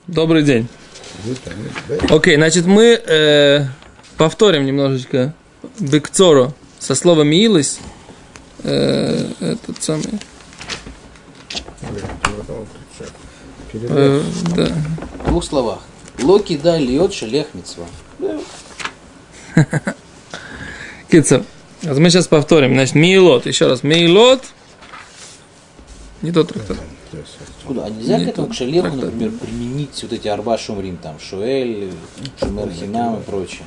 Добрый день. Окей, значит, мы повторим немножечко бекцору со словом «милость». Этот самый... Да. В двух словах. Локи да льет шелех мицва. Кицер. Мы сейчас повторим. Значит, мейлот. Еще раз. Мейлот. Не тот трактор. Откуда? А нельзя к этому, к шелеху, например, применить вот эти арба шумрим, там, шуэль, шумер хинам и прочее?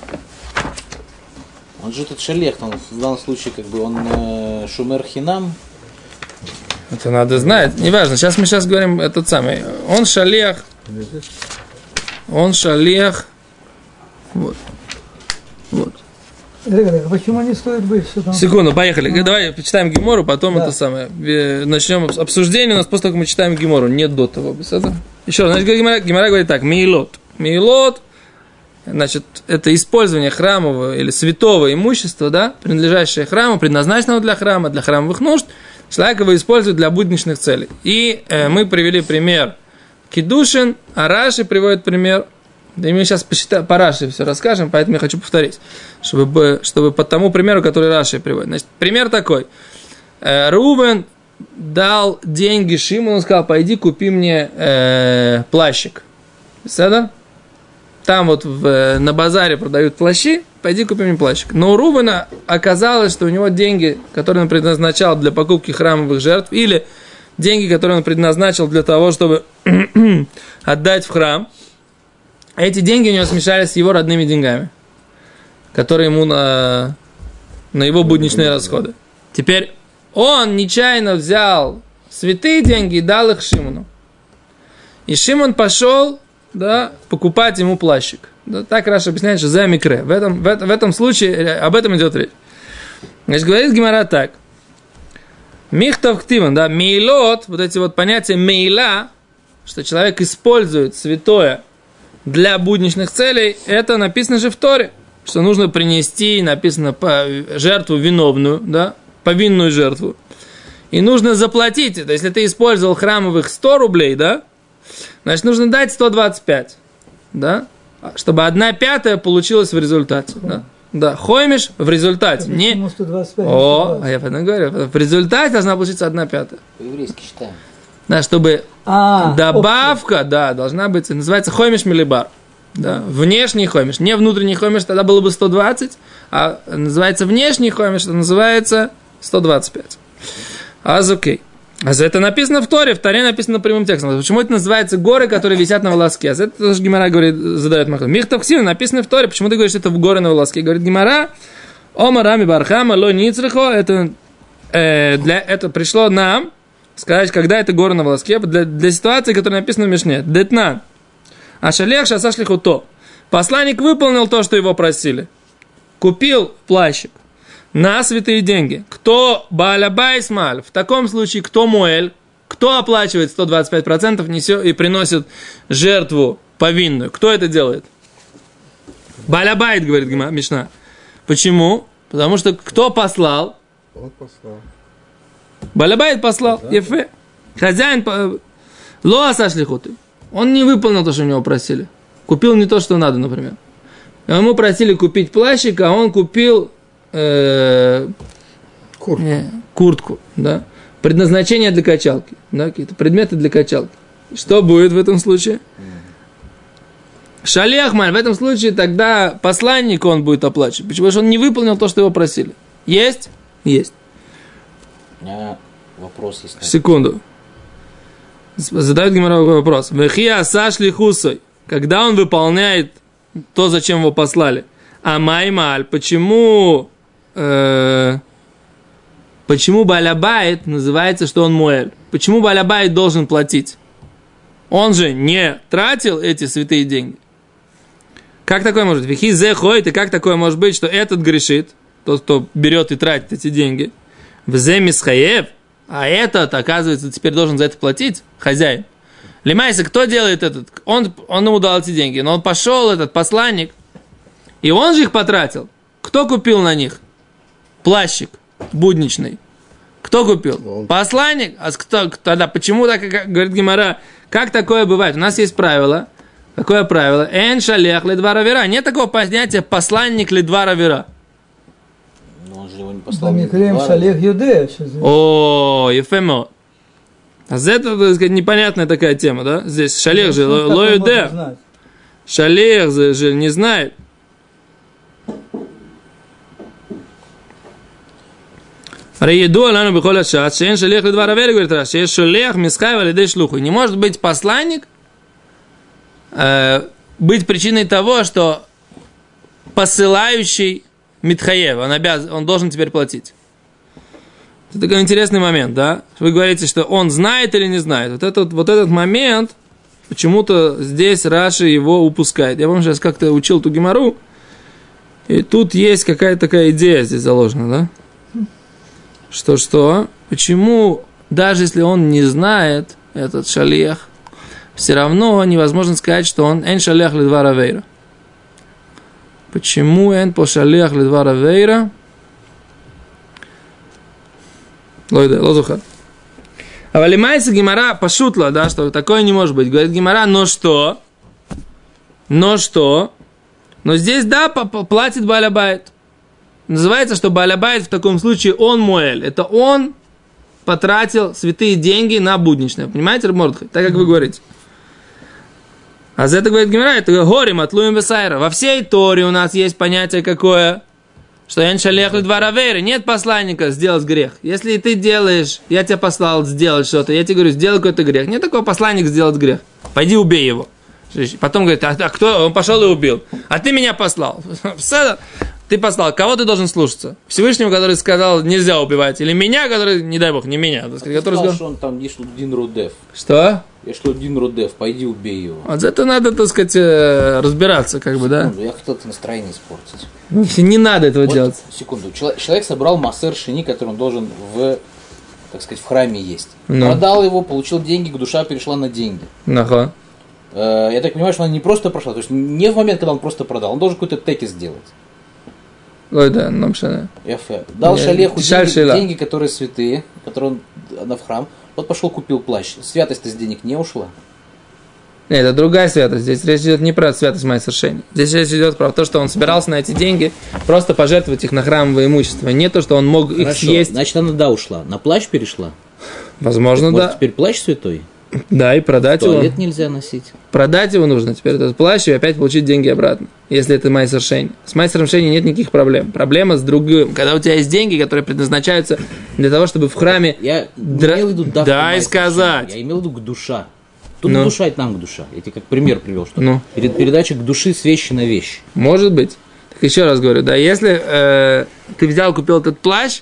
Он же этот шелех, он в данном случае, как бы, он шумер хинам. Это надо знать. Неважно. Сейчас мы говорим этот самый. Он шалех. Он шалех. Вот. Вот. Почему не стоит быть? Что там? Секунду, поехали. Давай почитаем Гемору, потом это самое. Начнем обсуждение. У нас после того, как мы читаем Гемору, нет до того. Еще раз, значит, Гемора говорит так. Мейлот. Мейлот, значит, это использование храмового или святого имущества, да, принадлежащее храму, предназначенного для храмовых нужд, человек его использует для будничных целей. И мы привели пример Кидушин, а Раши приводит пример. Да и мы сейчас по Раши все расскажем, поэтому я хочу повторить, чтобы по тому примеру, который Раши приводит. Значит, пример такой. Рувен дал деньги Шимону, сказал, пойди купи мне плащик. Седа? Там вот на базаре продают плащи, пойди купи мне плащик. Но у Рувена оказалось, что у него деньги, которые он предназначал для покупки храмовых жертв, или деньги, которые он предназначил для того, чтобы отдать в храм, эти деньги у него смешались с его родными деньгами, которые ему на его будничные расходы. Теперь он нечаянно взял святые деньги и дал их Шимону. И Шимон пошел, да, покупать ему плащик. Да, так Раша объясняет, что за микре. В этом случае об этом идет речь. Значит, говорит Гемара так. Михтав ктиван, да, мейлот, вот эти вот понятия мейла, что человек использует святое для будничных целей, это написано же в Торе, что нужно принести, написано, жертву виновную, да, повинную жертву. И нужно заплатить это. Если ты использовал храмовых 100 рублей, да, значит, нужно дать 125, да, чтобы 1/5 получилась в результате, да. Да, хоймиш в результате. Не... 125, а я потом говорю, в результате должна получиться 1/5. По-еврейски считаем. Да, чтобы добавка, да, должна быть, называется хоймиш милибар. Да, внешний хоймиш, не внутренний хоймиш, тогда было бы 120, а называется внешний хоймиш, это называется 125. Окей. А это написано в Торе написано прямым текстом. Почему это называется горы, которые висят на волоске? Это тоже Гемара говорит, задает Махан. Михтав ктиван написано в Торе. Почему ты говоришь, что это в горы на волоске? Говорит Гемара, омарами бархама ло ницрихо, это пришло нам сказать, когда это горы на волоске, для ситуации, которая написана в Мишне. Детнан. А шалех шасашлиху то. Посланник выполнил то, что его просили. Купил плащик на святые деньги. Кто баалябайсмаль? В таком случае, кто муэль? Кто оплачивает 125% несет и приносит жертву повинную? Кто это делает? Баалябайт, говорит Мишна. Почему? Потому что кто послал? Он послал. Балабайт послал, Ефе. Хозяин лоа сашлихуты. Он не выполнил то, что у него просили. Купил не то, что надо, например. Ему просили купить плащик, а он купил куртку, да? Предназначение для качалки, да? Какие-то предметы для качалки. Что будет в этом случае? Шалехмаль, в этом случае тогда посланник он будет оплачивать. Потому что он не выполнил то, что его просили. Есть? Есть. У меня вопрос есть. Секунду. Задает Гемара вопрос. Вехия сашли хусой. Когда он выполняет то, зачем его послали. А маймаль, почему балябайт называется, что он муэль? Почему балябайт должен платить? Он же не тратил эти святые деньги. Как такое может быть? Вехи зе ходит, и как такое может быть, что этот грешит, тот, кто берет и тратит эти деньги, в зе мисхаев, а этот, оказывается, теперь должен за это платить, хозяин. Лимайса, кто делает этот? Он ему дал эти деньги, но он пошел, этот посланник, и он же их потратил. Кто купил на них? Плащик будничный. Кто купил? Посланник? А кто, тогда почему так, как говорит Гемара, Как такое бывает? У нас есть правило. Какое правило? Эн шалех ледвара вера. Нет такого понятия посланник ледвара вера. Но он же его не послал. Шалех Юдея. О, ефемо. А это, так сказать, непонятная такая тема, да? Здесь шалех же ло юдея. Шалех же не знает. Раиду алану бихоля шат, шен шалех ледвара вера, говорит Раши, шен шалех мисхай валидей шлуху. Не может быть посланник быть причиной того, что посылающий Митхаев, он должен теперь платить. Это такой интересный момент, да? Вы говорите, что он знает или не знает. Вот этот момент, почему-то здесь Раши его упускает. Я помню, сейчас как-то учил ту гемару, и тут есть какая-то такая идея здесь заложена, да? Что? Почему, даже если он не знает, этот шалех, все равно невозможно сказать, что он эн шалех ледвара вейра. Почему эн по шалех ледвара вейра? Лозуха. А валимайся гемара пошутла, да, что такое не может быть. Говорит гемара, но что? Но здесь, да, платит Бааль-Байт. Называется, что Бааль-Байт в таком случае он моэль. Это он потратил святые деньги на будничное. Понимаете, Мордхай? Так, как вы говорите. А за это говорит гемара, это горем от Луим Бесайра. Во всей Торе у нас есть понятие какое? Что эн шалех ледвара вейра. Нет посланника сделать грех. Если ты делаешь, я тебя послал сделать что-то, я тебе говорю, сделай какой-то грех. Нет такого посланника сделать грех. Пойди убей его. Потом говорит, а кто? Он пошел и убил. А ты меня послал. Ты послал. Кого ты должен слушаться? Всевышнего, который сказал, нельзя убивать. Или меня, который, не дай бог, не меня. Который сказал, что он там Ешлу Дин Рудев. Что? Ешлу Дин Рудев, пойди убей его. Вот за это надо, так сказать, разбираться, как бы, да? Я хотел это настроение испортить. Не надо этого делать. Секунду. Человек собрал массер шини, который он должен так сказать, в храме есть. Продал его, получил деньги, душа перешла на деньги. Ага. Я так понимаю, что она не просто прошла. То есть не в момент, когда он просто продал. Он должен какой-то текис сделать. Ой, да, нам шана. Дал шалеху деньги, которые святые, которые он в храм. Вот пошел, купил плащ. Святость-то с денег не ушла. Нет, это другая святость. Здесь речь идет не про святость майсер шени. Здесь речь идет про то, что он собирался на эти деньги просто пожертвовать их на храмовое имущество. Не то, что он мог их съесть. Значит, она ушла. На плащ перешла? Возможно, так, да. Может, теперь плащ святой? Да, и продать его. Туалет нельзя носить. Продать его нужно теперь этот плащ и опять получить деньги обратно. Если это майсер шени. С майсером шени нет никаких проблем. Проблема с другим. Когда у тебя есть деньги, которые предназначаются для того, чтобы в храме... Я имел в виду дай сказать. Я имел в виду к душа. Тут душа, это нам к душа. Я тебе как пример привел, что передача к души с вещи на вещь. Может быть. Так еще раз говорю, да, если ты взял, купил этот плащ,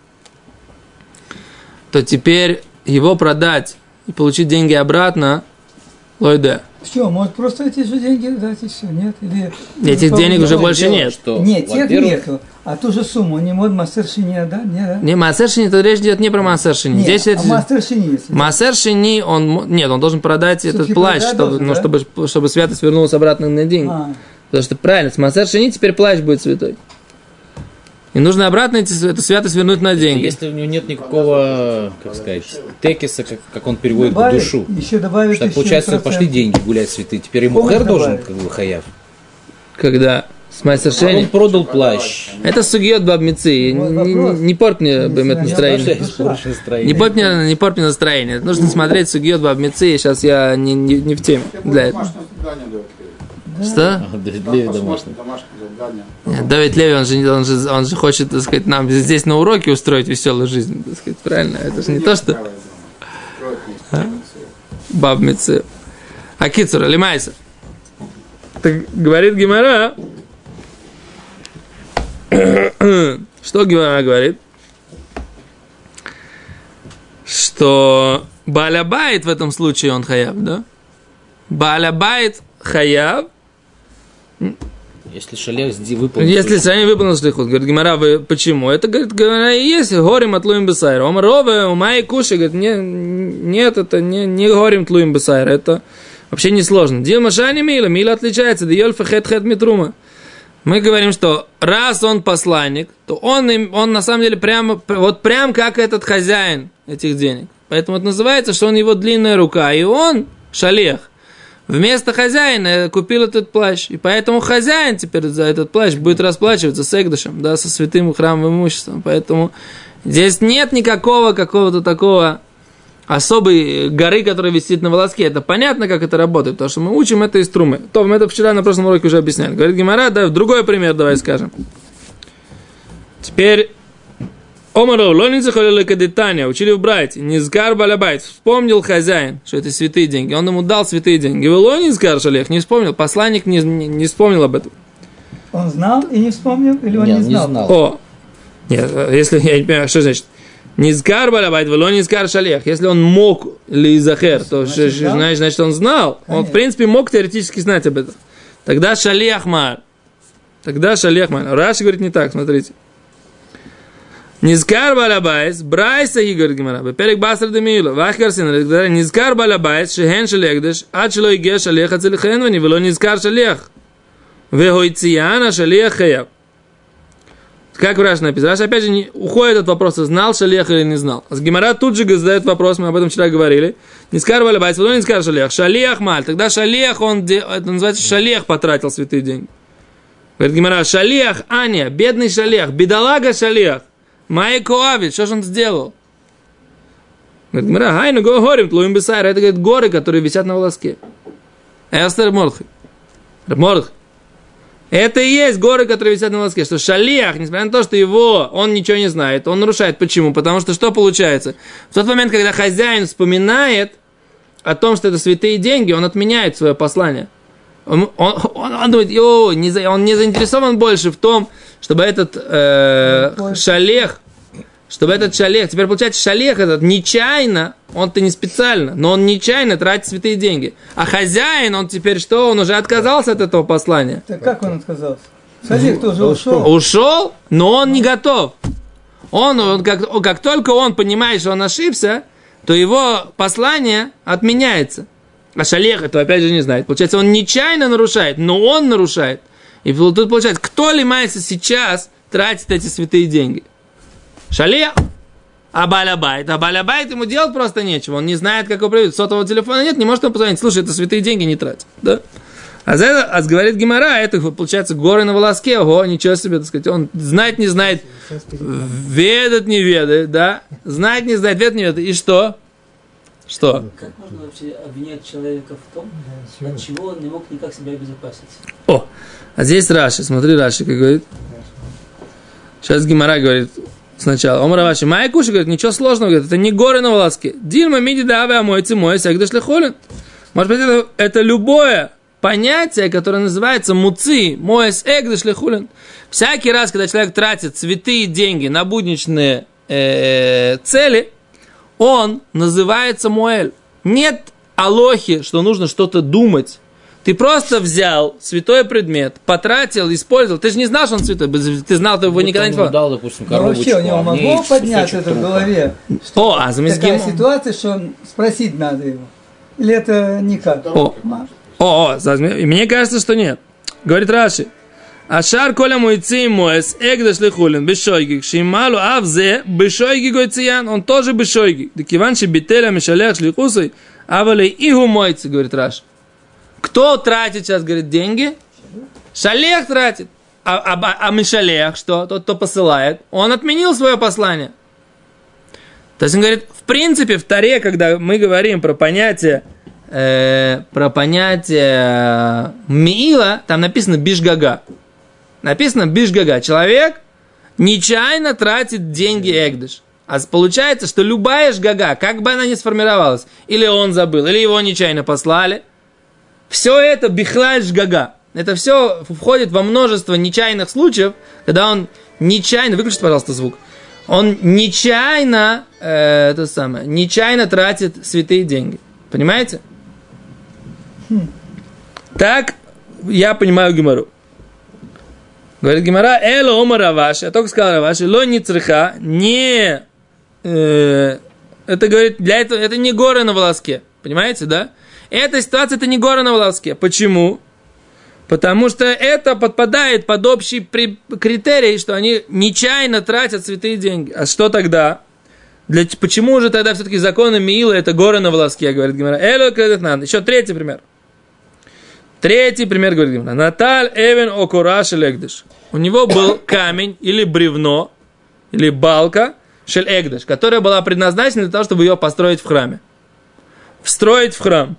то теперь его продать и получить деньги обратно, лойде. Что, может просто эти же деньги дать и все, нет? Или этих денег уже больше нет. Что, нет, тех нету. А ту же сумму не может массер шини отдать, нет, да? Не, массер шини, то речь идет не про массер шини. Нет, здесь массер шини есть. Массер шини, он должен продать этот плащ, чтобы святость вернулась обратно на деньги. Потому что правильно, с массер шини теперь плащ будет святой. И нужно обратно эту святость вернуть на деньги. Если у него нет никакого, как сказать, текиса, как он переводит к душу. Еще добавить. Так получается, пошли деньги гулять святые. Теперь ему хэр должен, как бы, хаяв. Когда? С майсер шени? Он продал плащ. Это сугьет бабмицы. Не порт мне настроение. Не порт мне настроение. Нужно смотреть сугьет бабмицы. Сейчас я не в теме для этого. Что? Давид Леви домашний. Нет, Давид Леви, он же хочет, так сказать, нам здесь на уроке устроить веселую жизнь, так сказать, правильно? Это же не то, что... Бабмицы. Акицура, лимайса. Так говорит Гемара. Что Гемара говорит? Что Бааль-Байт в этом случае он хаяв, да? Бааль-Байт хаяв. Если шалех выполнил... Если шалех выполнил шлихут. Говорит Гемара, почему? Это, говорит, Гемара и есть горем от Луим Бесайра. Омар Рове, умай кушай. Говорит, нет, это не горем от Луим Бесайра. Это вообще не сложно. Дил машани мила. Мила отличается. Диёль фахет хет митрума. Мы говорим, что раз он посланник, то он на самом деле прям как этот хозяин этих денег. Поэтому это называется, что он его длинная рука. И он шалех, вместо хозяина купил этот плащ. И поэтому хозяин теперь за этот плащ будет расплачиваться с экдышем, да, со святым храмовым имуществом. Поэтому здесь нет никакого какого-то такого особой горы, которая висит на волоске. Это понятно, как это работает, потому что мы учим это из трумы. То мы это вчера на прошлом уроке уже объясняли. Говорит Гемара, да, другой пример давай скажем. Теперь Омаров, лоница холили кадетания, учили в Брайте, низгар балабайт, вспомнил хозяин, что это святые деньги, он ему дал святые деньги. Вы лонизгар шалех, не вспомнил, посланник не вспомнил об этом. Он знал и не вспомнил, или он не знал? О, нет, если я не понимаю, что значит? Низгар балабайт, вы лонизгар шалех, если он мог ли захер, то значит он знал, он в принципе мог теоретически знать об этом. Тогда шалех мар. Раши говорит не так, смотрите. Низкар балабайс, брайса и говорит Гемара, беперек басар демиюла, вахкар синар, низкар балабайс, шехен шалехдеш, ад шело иге шалех ацелихен вани, вело низкар шалех, вехойцияна шалех хаяв. Как в Раши написано? Раши опять же уходит от вопроса, знал шалех или не знал. А Гемара тут же задает вопрос, мы об этом вчера говорили. Низкар балабайс, вело низкар шалех, шалех маль, тогда шалех, это называется шалех потратил святые деньги. Говорит Гемара, шалех, Аня, бедный шалех, бедолага шалех. Майкоавит, что же он сделал? Говорит, хайну говорим, тлуим бесайр. Это, говорит, горы, которые висят на волоске. Эстер Мордхи. Это и есть горы, которые висят на волоске. Что шалех, несмотря на то, что он ничего не знает, он нарушает. Почему? Потому что получается? В тот момент, когда хозяин вспоминает о том, что это святые деньги, он отменяет свое послание. Он думает, он не заинтересован больше в том, чтобы этот шалех, теперь получается шалех этот нечаянно, он-то не специально, но он нечаянно тратит святые деньги. А хозяин, он теперь что? Он уже отказался от этого послания. Так как он отказался? Шалех тоже ушел. Ушел, но он не готов. Он как только он понимает, что он ошибся, то его послание отменяется. А шалех это опять же не знает. Получается, он нечаянно нарушает, но он нарушает. И тут получается, кто лимается сейчас тратит эти святые деньги? Шалех. А балабайт ему делать просто нечего. Он не знает, как его проявить. Сотового телефона нет, не может ему позвонить. Слушай, это святые деньги, не трать. Да? А говорит Гемара, это получается горы на волоске. Ого, ничего себе, так сказать. Он знает, не знает, ведает, не ведает, да? Знает, не знает, ведает, не ведает. И что? Что? Как можно вообще обвинять человека в том, от чего он не мог никак себя обезопасить? О, а здесь Раши, смотри, Раши, как говорит. Сейчас Гемара говорит сначала. Омар Раши, Майкуши говорит, ничего сложного, говорит, это не горы на волоске. Дильма миди давай, а мойцы мой, сагдаш лехолин. Может быть, это любое понятие, которое называется муци, моэс эгдаш лехулин. Всякий раз, когда человек тратит святые деньги на будничные цели, он называется Муэль. Нет алохи, что нужно что-то думать. Ты просто взял святой предмет, потратил, использовал. Ты же не знал, что он святой. Ты знал, ты его никогда не использовал. Дал, допустим, вообще у него могло подняться это в голове. Такая ситуация, что спросить надо его. Или это никак? Мне кажется, что нет. Говорит Раши. Ашар коля муйци моэс эгдаш лехулин бешойги, шималу авзе бешойги гойциян, он тоже бешойги. Декиванши бителя мишалех шлихусой, авалей игу мойцы, говорит Раш. Кто тратит сейчас, говорит, деньги? Шалех тратит. А мишалех, что? Тот, кто посылает, он отменил свое послание. То есть он говорит, в принципе, в Торе, когда мы говорим про понятие миила, там написано бишгага. Написано бишгага. Человек нечаянно тратит деньги эгдыш. А получается, что любая жгага, как бы она ни сформировалась, или он забыл, или его нечаянно послали, все это бихлаль жгага. Это все входит во множество нечаянных случаев, когда он нечаянно, выключите, пожалуйста, звук, он нечаянно, нечаянно тратит святые деньги. Понимаете? Так я понимаю Гемару. Говорит Гемара, эло ома Раваши, я только сказал Раваши, ло не цреха, не, это говорит, для этого, это не горы на волоске, понимаете, да? Эта ситуация, это не горы на волоске. Почему? Потому что это подпадает под общий критерий, что они нечаянно тратят святые деньги. А что тогда? Почему же тогда все-таки законы Миила это горы на волоске, говорит Гемара. Еще третий пример. Третий пример, говорит Гемара. Наталь эвен окура шелегдыш. У него был камень или бревно, или балка шелегдыш, которая была предназначена для того, чтобы ее построить в храме. Встроить в храм.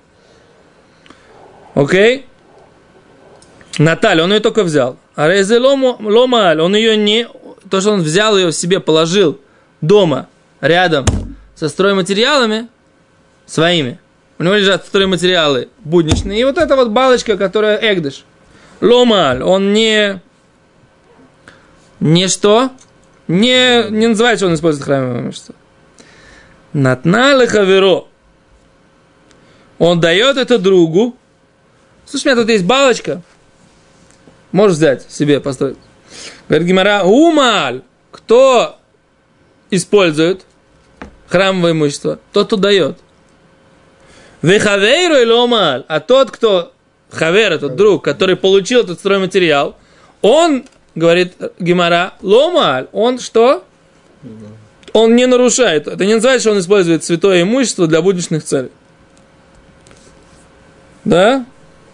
Окей? Наталь, он ее только взял. А резе ломаль, он ее не... То, что он взял ее себе, положил дома, рядом со стройматериалами своими. У него лежат стройматериалы будничные. И вот эта вот балочка, которая эгдыш. Ломаль, он не что? Не называет, что он использует храмовое имущество. Натнале хаверо. Он дает это другу. Слушай, у меня тут есть балочка. Можешь взять себе, построить. Говорит Гемара, умаль. Кто использует храмовое имущество? Тот, кто дает. Вехавейру или омаль. А тот, кто хавер, этот друг, который получил этот стройматериал, он, говорит Гемара, ломаль. Он что? Он не нарушает. Это не называется, что он использует святое имущество для будничных целей. Да?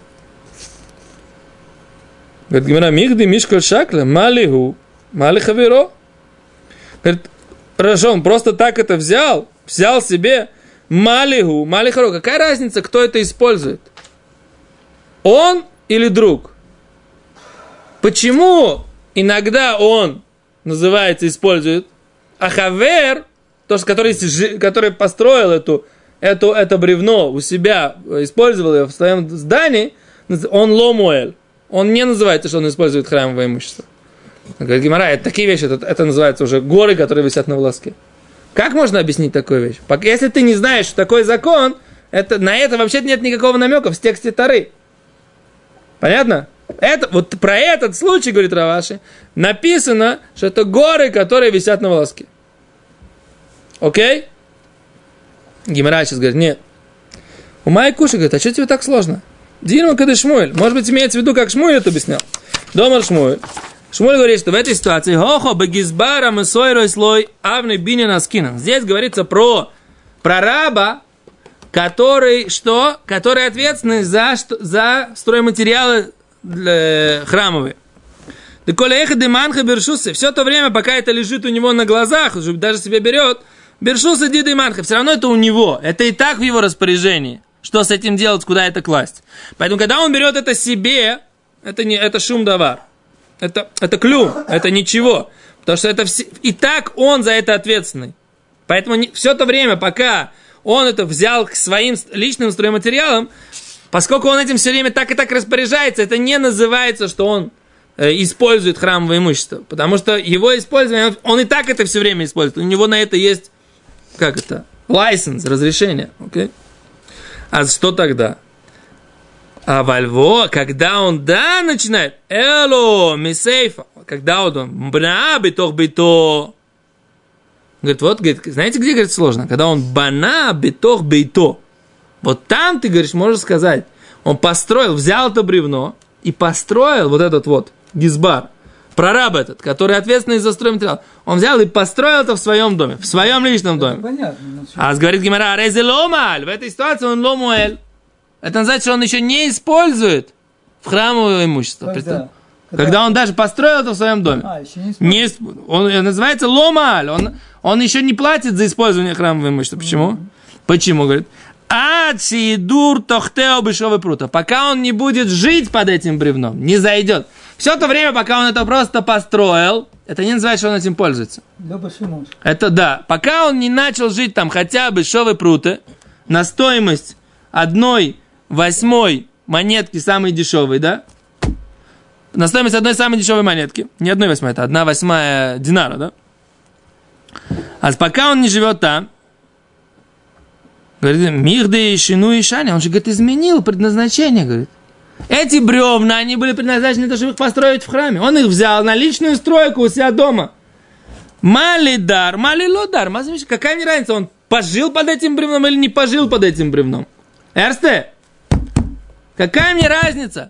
Говорит Гемара, михды мишкаль шакля, малиху, малихаверо. Говорит, хорошо, он просто так это взял себе малиху, малихаро. Какая разница, кто это использует? Он или друг? Почему иногда он называется, использует, а хавер, который построил это бревно у себя, использовал его в своем здании, он ломуэль. Он не называется, что он использует храмовое имущество. Говорит Гемара, это такие вещи, это называется уже горы, которые висят на волоске. Как можно объяснить такую вещь? Если ты не знаешь, что такой закон, на это вообще нет никакого намека в тексте Торы. Понятно? Вот про этот случай, говорит Раваши, написано, что это горы, которые висят на волоске. Окей? Гемара сейчас говорит, нет. У Майкуши говорит, а что тебе так сложно? Дильма кады Шмуэль. Может быть, имеется в виду, как Шмуэль это объяснял. Домар Шмуэль. Шмуэль говорит, что в этой ситуации хохо бегизбара мысойрой слой авны бинина скинан. Здесь говорится про раба, который ответственный за стройматериалы храмовые. Все то время, пока это лежит у него на глазах, даже себе берет, бершуса диды манха, все равно это у него. Это и так в его распоряжении. Что с этим делать, куда это класть. Поэтому, когда он берет это себе, это шум-давар. Это клюм, это ничего. Потому что и так он за это ответственный. Поэтому все то время, пока он это взял к своим личным стройматериалам, поскольку он этим все время так и так распоряжается, это не называется, что он использует храмовое имущество. Потому что его использование, он и так это все время использует. У него на это есть, лайсенс, разрешение. Okay? А что тогда? А вальво, когда он, начинает, мисейфа, когда он, бна, битох, бито. Говорит, знаете, где, говорит, сложно? Когда он, бана, битох, бито. Вот там, ты, говоришь, можешь сказать, он взял это бревно и построил вот этот вот гизбар, прораб этот, который ответственный за стройматериал. Он взял и построил это в своем доме, в своем личном доме. Понятно. А говорит Гемара, резе ломаль. В этой ситуации он ломуэль. Это называется, что он еще не использует в храмовое имущество. Когда он даже построил это в своем доме. Он называется ломаль. Он еще не платит за использование храмового имущества. Почему? Почему, говорит? Пока он не будет жить под этим бревном, не зайдет. Все то время, пока он это просто построил, это не называется, что он этим пользуется. Это да. Пока он не начал жить там хотя бы шовы пруты на стоимость 1/8 монетки самой дешевой, да? На стоимость одной самой дешевой монетки. Не 1/8, это 1/8 динара, да? А пока он не живет там, говорит, мирды и шину и шани, он же, говорит, изменил предназначение, говорит. Эти бревна, они были предназначены для того, чтобы их построить в храме. Он их взял на личную стройку у себя дома. Малидар, малилодар. Какая мне разница, он пожил под этим бревном или не пожил под этим бревном? Эрсте, какая мне разница?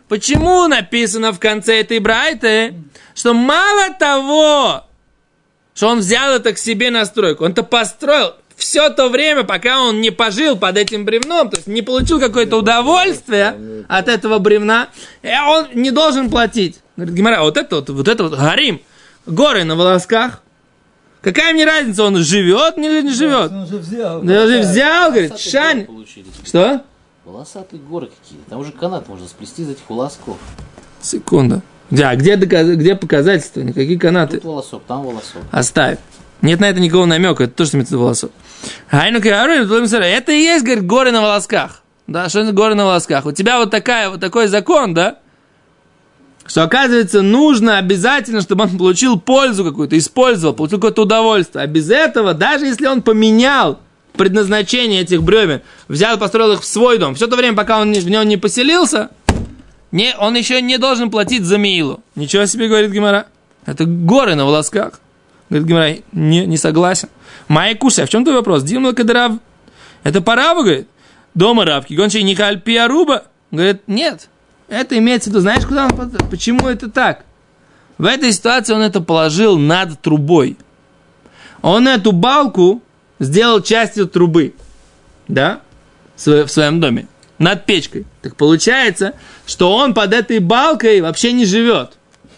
Почему написано в конце этой брайты, что мало того, что он взял это к себе на стройку. Он это построил все то время, пока он не пожил под этим бревном, то есть не получил какое-то удовольствие от этого бревна, и он не должен платить. Говорит Гемара, вот это вот гарим, горы на волосках. Какая мне разница, он живет или не живет? Он же взял. Да, он же взял, говорит, Шань. Что? Волосатые горы какие-то. Там уже канат можно сплести из этих волосков. Секунда. Где показательства? Никакие канаты. Тут волосок, там волосок. Оставь. Нет на это никакого намека, это тоже имеется в виду волосок. Это и есть, говорит, горы на волосках. Да, что это горы на волосках? У тебя вот такой закон, да? Что, оказывается, нужно обязательно, чтобы он получил пользу какую-то, использовал, получил какое-то удовольствие. А без этого, даже если он поменял предназначение этих бревен, взял, построил их в свой дом, все то время, пока он в нем не поселился, он еще не должен платить за меилу. Ничего себе, говорит Гемара. Это горы на волосках. Говорит Гемара, не согласен. Майя Куша, а в чем твой вопрос? Димла Кадрав. Это парава, говорит. Дома Равки. Гончай Нихаль Пиаруба. Говорит, нет. Это имеется в виду, знаешь, куда он... Почему это так? В этой ситуации он это положил над трубой. Он эту балку сделал частью трубы. Да? В своем доме. Над печкой. Так получается, что он под этой балкой вообще не живет.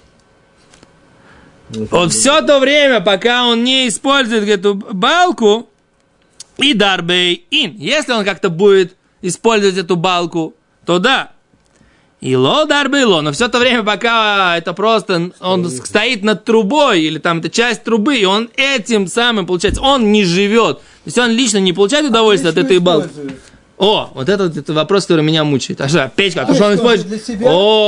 Он все то время, пока он не использует эту балку, и дарбей ин. Если он как-то будет использовать эту балку, то да. И ло дарбей ло. Но все то время, пока это просто он стоит над трубой, или там это часть трубы, и он этим самым, получается, он не живет. То есть он лично не получает удовольствие от этой балки. О, вот это вопрос, который меня мучает. А что, печка, то, что он использует...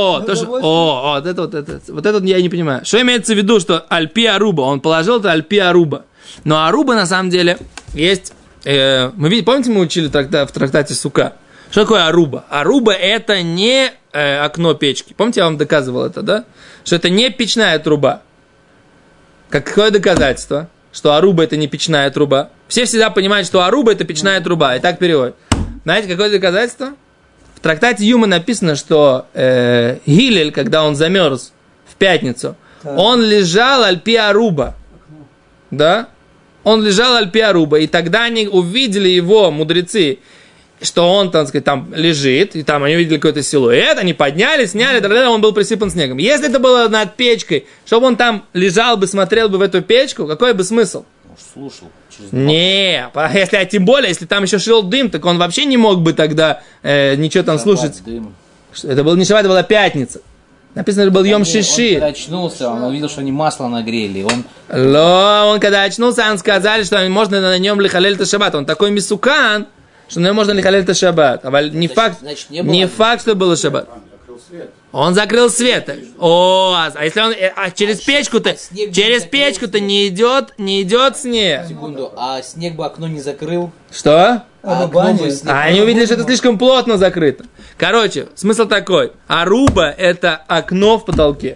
Вот это я не понимаю. Что имеется в виду, что альпи аруба, он положил это альпи аруба. Но аруба, на самом деле, есть... помните, мы учили в трактате Сука? Что такое аруба? Аруба – это не окно печки. Помните, я вам доказывал это, да? Что это не печная труба. Какое доказательство? Что аруба – это не печная труба. Все всегда понимают, что аруба – это печная труба. И так переводят. Знаете, какое доказательство? В трактате Юма написано, что Гилель, когда он замерз в пятницу, он лежал альпи аруба. Да? Он лежал альпи аруба. И тогда они увидели его, мудрецы, что он, так сказать, там лежит, и там они увидели какой-то силуэт, они подняли, сняли, он был присыпан снегом. Если это было над печкой, чтобы он там лежал бы, смотрел бы в эту печку, какой бы смысл? Может, слушал. Не, тем более, если там еще шел дым, так он вообще не мог бы тогда ничего там слушать. Дым. Это был не шаббат, это была пятница. Написано, что был Йом Шиши. Он когда очнулся, он увидел, что они масло нагрели. Он когда очнулся, он сказал, что можно на нем лихалель та шаббат. Он такой мисукан, что на нем можно лихалель та шаббат. Не факт, что было шаббат. Он закрыл свет. А если он через печку-то не идет снег. Секунду, а снег бы окно не закрыл? Что? Они увидели, что это слишком плотно закрыто. Короче, смысл такой. Аруба – это окно в потолке.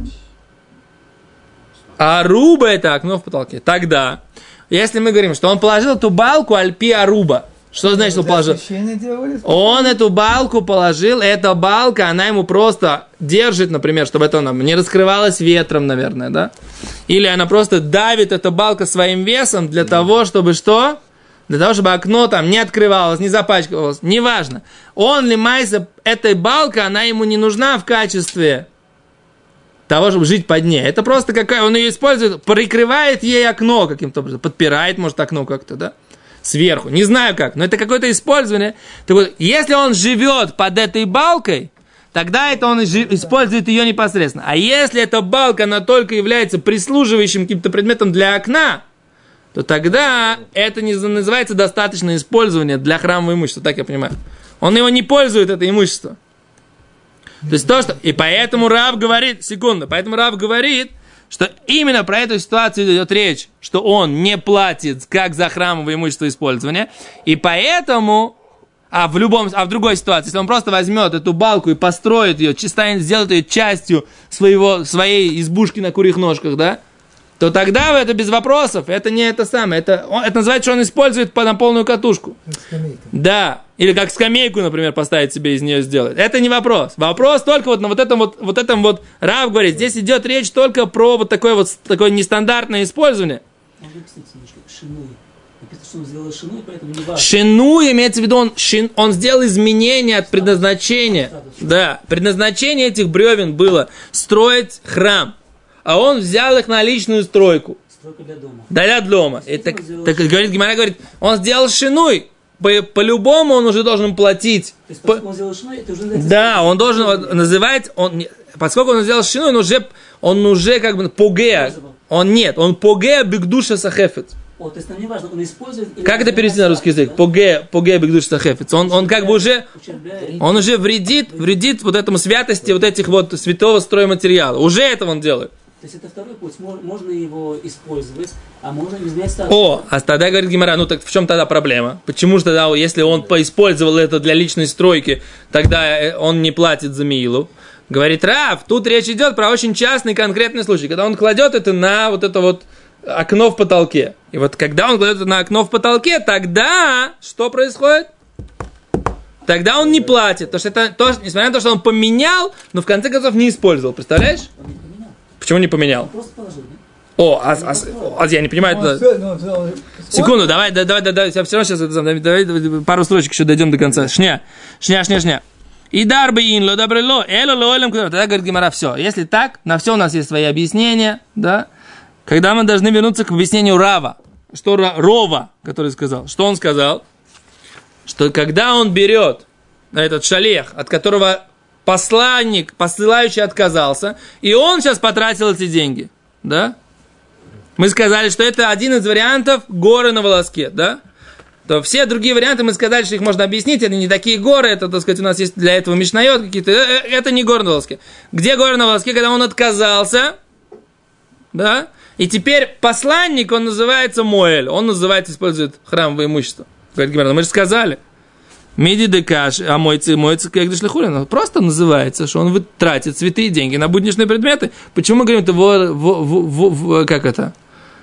Аруба – это окно в потолке. Тогда, если мы говорим, что он положил эту балку альпи аруба, что значит, он положил? Он эту балку положил, эта балка, она ему просто держит, например, чтобы это не раскрывалось ветром, наверное, да? Или она просто давит, эта балка, своим весом для того, чтобы что? Для того, чтобы окно там не открывалось, не запачкивалось, неважно. Он лимайся, этой балкой, она ему не нужна в качестве того, чтобы жить под ней. Это просто какая, он ее использует, прикрывает ей окно каким-то образом, подпирает, может, окно как-то, да? Сверху. Не знаю как, но это какое-то использование. Так вот, если он живет под этой балкой, тогда это он использует ее непосредственно. А если эта балка, она только является прислуживающим каким-то предметом для окна, то тогда это не называется достаточное использование для храмового имущества, так я понимаю. Он его не пользует, это имущество. То есть то, что... И поэтому Рав говорит, что именно про эту ситуацию идет речь, что он не платит как за храмовое имущество использования, и поэтому, в другой ситуации, если он просто возьмет эту балку и построит ее, сделает ее частью своей избушки на курьих ножках, да, то тогда это без вопросов, это не это самое, это называется, что он использует на полную катушку. Да, или как скамейку, например, поставить себе из нее сделать. Это не вопрос. Вопрос только вот на вот этом Рав говорит, здесь идет речь только про вот такое нестандартное использование. Написано, что он сделал шину, поэтому не важно. Шину имеется в виду, он сделал изменения от предназначения. Да, предназначение этих бревен было строить храм. А он взял их на личную стройку. Стройка для дома. Для дома. И так Гемара говорит, он сделал шинуй. По-любому он уже должен платить. То есть, поскольку он сделал шинуй, это уже называется... Да, он должен называть... Поскольку он сделал шинуй, он уже как бы погеа. Он погеа бигдуша сахефет. То есть нам не важно, он использует... Как это перевести на русский язык? Погеа бигдуша сахефет. Он как бы уже... Он уже вредит вот этому святости вот этих вот святого стройматериала. Уже этого он делает. То есть это второй путь. Можно его использовать, а можно изменять статус. А тогда говорит Гемара, ну так в чем тогда проблема? Почему же тогда, если он поиспользовал это для личной стройки, тогда он не платит за милу? Говорит Рав, тут речь идет про очень частный конкретный случай, когда он кладет это на вот это вот окно в потолке. И вот когда он кладет это на окно в потолке, тогда что происходит? Тогда он не платит. Потому что это тоже, несмотря на то, что он поменял, но в конце концов не использовал. Представляешь? Почему не поменял? Просто положил, да? Я не понимаю. Секунду, давай, я все равно сейчас давай пару строчек еще дойдем до конца. Шня. И дарбы инло, добрело, эло, лоэлем, тогда говорит Гемара, все. Если так, на все у нас есть свои объяснения, да? Когда мы должны вернуться к объяснению Рава, что Рова, который сказал, что он сказал, что когда он берет этот шалех, от которого посланник, посылающий отказался, и он сейчас потратил эти деньги, да? Мы сказали, что это один из вариантов горы на волоске, да? То все другие варианты мы сказали, что их можно объяснить, это не такие горы, это, так сказать, у нас есть для этого мишнайот какие-то, это не горы на волоске. Где горы на волоске, когда он отказался, да? И теперь посланник, он называется Моэль, он называется, использует храмовое имущество. Говорит Гемара, мы же сказали. Меди декаш, а моется как дешлихулин. Просто называется, что он тратит святые деньги на будничные предметы. Почему мы говорим, это как это?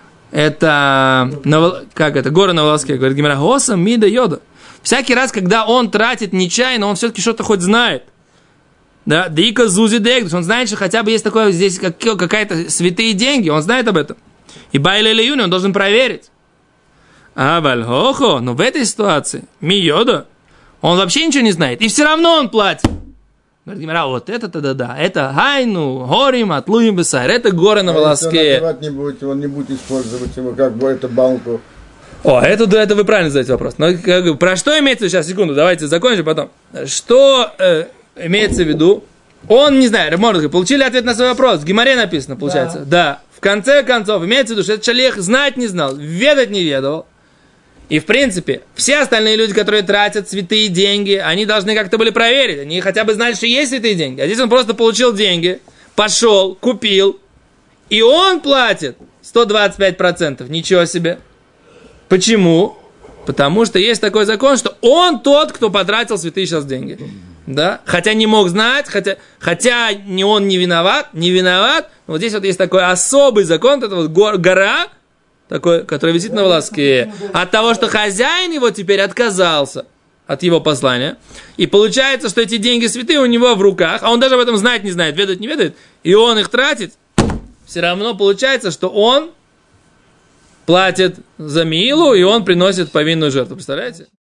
Как это? Гора на волоске. Говорит Гемара, госа мида йода. Всякий раз, когда он тратит нечаянно, он все-таки что-то хоть знает. Да, дика зузи дек, он знает, что хотя бы есть такое здесь какая-то святые деньги, он знает об этом. И байле леюни, он должен проверить. А вальхохо, но в этой ситуации ми йода. Он вообще ничего не знает. И все равно он платит. Говорит Гемара, вот это-то да. Это хайну, горим, атлуим бесайр. Это горы на волоске. Он не будет использовать его как бы эту банку. Это вы правильно задаете вопрос. Но про что имеется сейчас? Секунду, давайте закончим потом. Что имеется в виду? Он, не знаю, можно сказать, получили ответ на свой вопрос. В Гемаре написано, получается. Да. В конце концов, имеется в виду, что этот шалех знать не знал, ведать не ведал. И, в принципе, все остальные люди, которые тратят святые деньги, они должны как-то были проверить. Они хотя бы знали, что есть святые деньги. А здесь он просто получил деньги, пошел, купил, и он платит 125%. Ничего себе. Почему? Потому что есть такой закон, что он тот, кто потратил святые сейчас деньги. Да? Хотя не мог знать, хотя он не виноват. Но вот здесь вот есть такой особый закон, это вот гора, такой, который висит на волоске, от того, что хозяин его теперь отказался от его послания, и получается, что эти деньги святые у него в руках, а он даже об этом знать не знает, ведать не ведает, и он их тратит, все равно получается, что он платит за милу, и он приносит повинную жертву, представляете?